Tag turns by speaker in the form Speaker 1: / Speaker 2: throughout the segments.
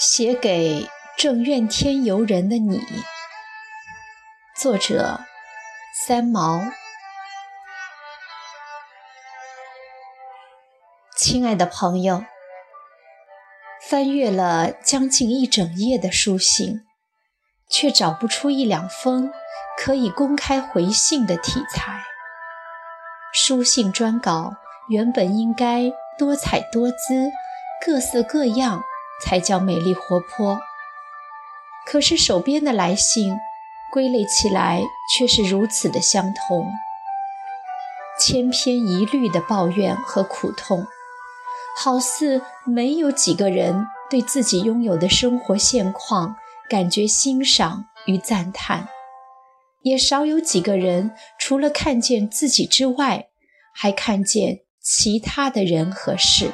Speaker 1: 写给正怨天尤人的你，作者三毛。亲爱的朋友，翻阅了将近一整页的书信，却找不出一两封可以公开回信的题材。书信专稿原本应该多彩多姿，各色各样，才叫美丽活泼。可是手边的来信归类起来却是如此的相同，千篇一律的抱怨和苦痛，好似没有几个人对自己拥有的生活现况感觉欣赏与赞叹，也少有几个人除了看见自己之外，还看见其他的人和事。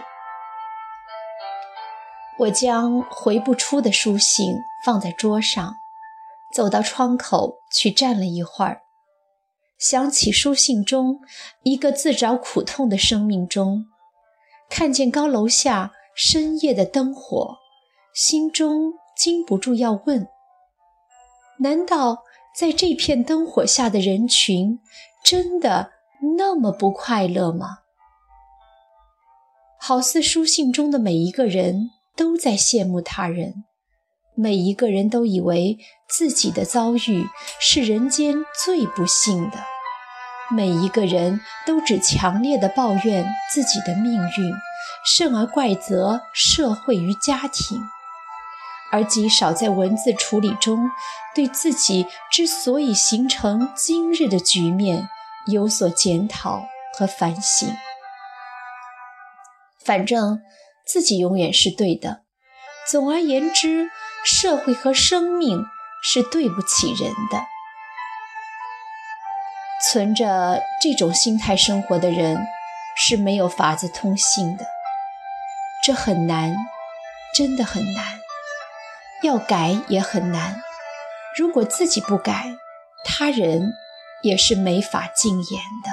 Speaker 1: 我将回不出的书信放在桌上，走到窗口去站了一会儿，想起书信中一个自找苦痛的生命中，看见高楼下深夜的灯火，心中禁不住要问，难道在这片灯火下的人群真的那么不快乐吗？好似书信中的每一个人都在羡慕他人，每一个人都以为自己的遭遇是人间最不幸的，每一个人都只强烈地抱怨自己的命运，甚而怪责社会与家庭，而极少在文字处理中对自己之所以形成今日的局面有所检讨和反省。反正自己永远是对的，总而言之，社会和生命是对不起人的。存着这种心态生活的人是没有法子通信的，这很难，真的很难，要改也很难，如果自己不改，他人也是没法禁言的。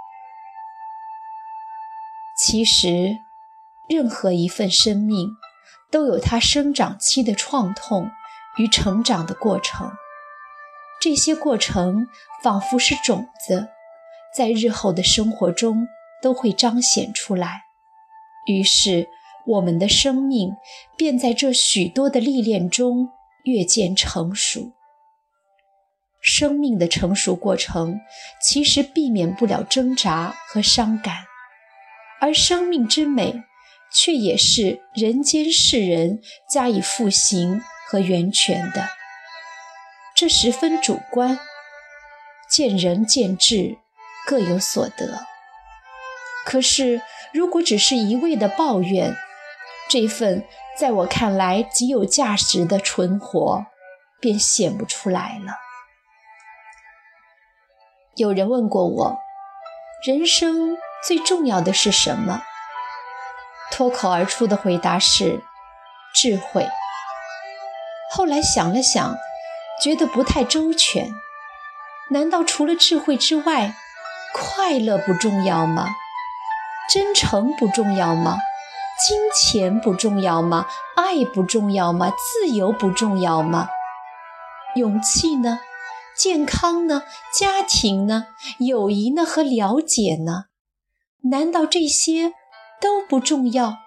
Speaker 1: 其实任何一份生命都有它生长期的创痛与成长的过程，这些过程仿佛是种子，在日后的生活中都会彰显出来，于是我们的生命便在这许多的历练中越渐成熟。生命的成熟过程其实避免不了挣扎和伤感，而生命之美却也是人间世人加以复形和源泉的，这十分主观，见仁见智，各有所得。可是如果只是一味的抱怨，这份在我看来极有价值的存活便显不出来了。有人问过我，人生最重要的是什么？脱口而出的回答是智慧。后来想了想，觉得不太周全。难道除了智慧之外，快乐不重要吗？真诚不重要吗？金钱不重要吗？爱不重要吗？自由不重要吗？勇气呢？健康呢？家庭呢？友谊呢？和了解呢？难道这些都不重要？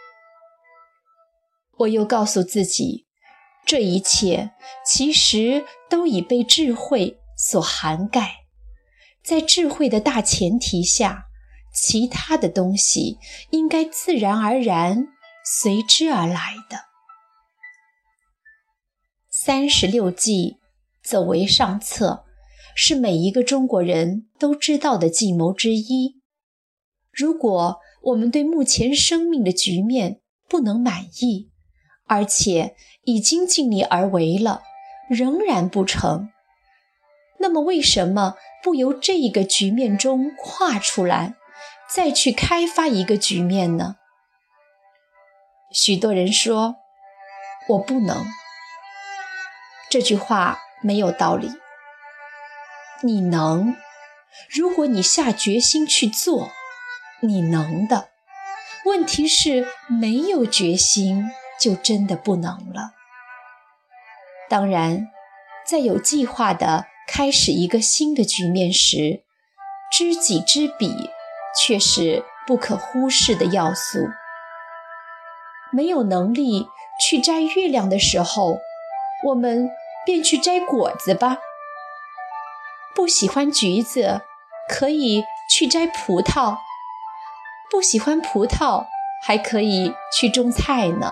Speaker 1: 我又告诉自己，这一切其实都已被智慧所涵盖，在智慧的大前提下，其他的东西应该自然而然随之而来的。36计走为上策，是每一个中国人都知道的计谋之一。如果我们对目前生命的局面不能满意，而且已经尽力而为了，仍然不成，那么为什么不由这一个局面中跨出来，再去开发一个局面呢？许多人说我不能，这句话没有道理。你能，如果你下决心去做，你能的。问题是没有决心就真的不能了。当然，在有计划地开始一个新的局面时，知己知彼却是不可忽视的要素。没有能力去摘月亮的时候，我们便去摘果子吧。不喜欢橘子，可以去摘葡萄；不喜欢葡萄，还可以去种菜呢。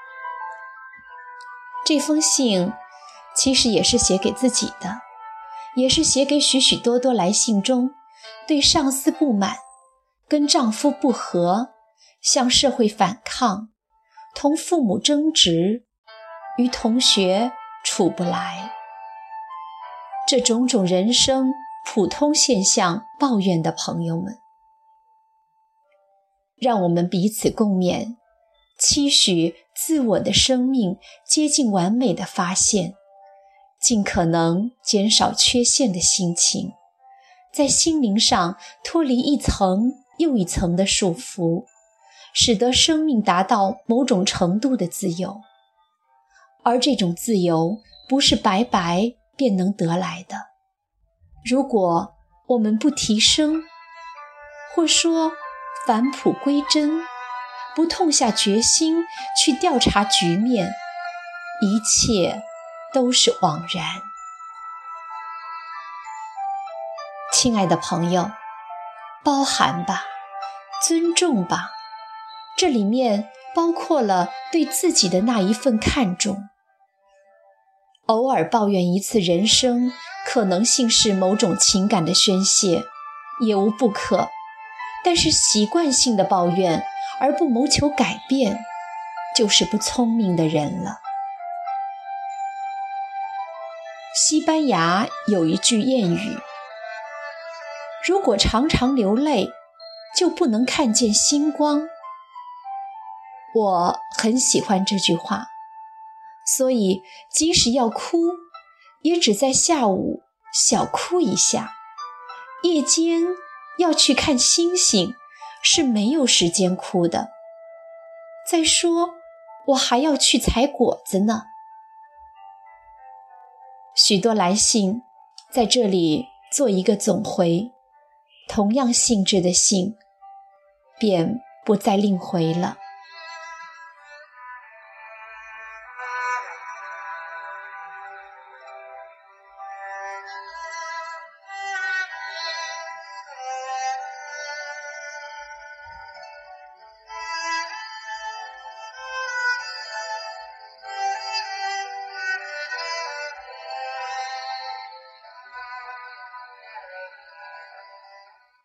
Speaker 1: 这封信其实也是写给自己的，也是写给许许多多来信中对上司不满、跟丈夫不和、向社会反抗、同父母争执、与同学处不来，这种种人生普通现象抱怨的朋友们。让我们彼此共勉，期许自我的生命接近完美的发现，尽可能减少缺陷的心情，在心灵上脱离一层又一层的束缚，使得生命达到某种程度的自由。而这种自由不是白白便能得来的。如果我们不提升，或说返璞归真，不痛下决心去调查局面，一切都是枉然。亲爱的朋友，包涵吧，尊重吧，这里面包括了对自己的那一份看重。偶尔抱怨一次人生可能性是某种情感的宣泄，也无不可，但是习惯性的抱怨而不谋求改变，就是不聪明的人了。西班牙有一句谚语，如果常常流泪，就不能看见星光。我很喜欢这句话，所以即使要哭，也只在下午小哭一下，夜间要去看星星是没有时间哭的。再说，我还要去采果子呢。许多来信在这里做一个总回，同样性质的信便不再另回了。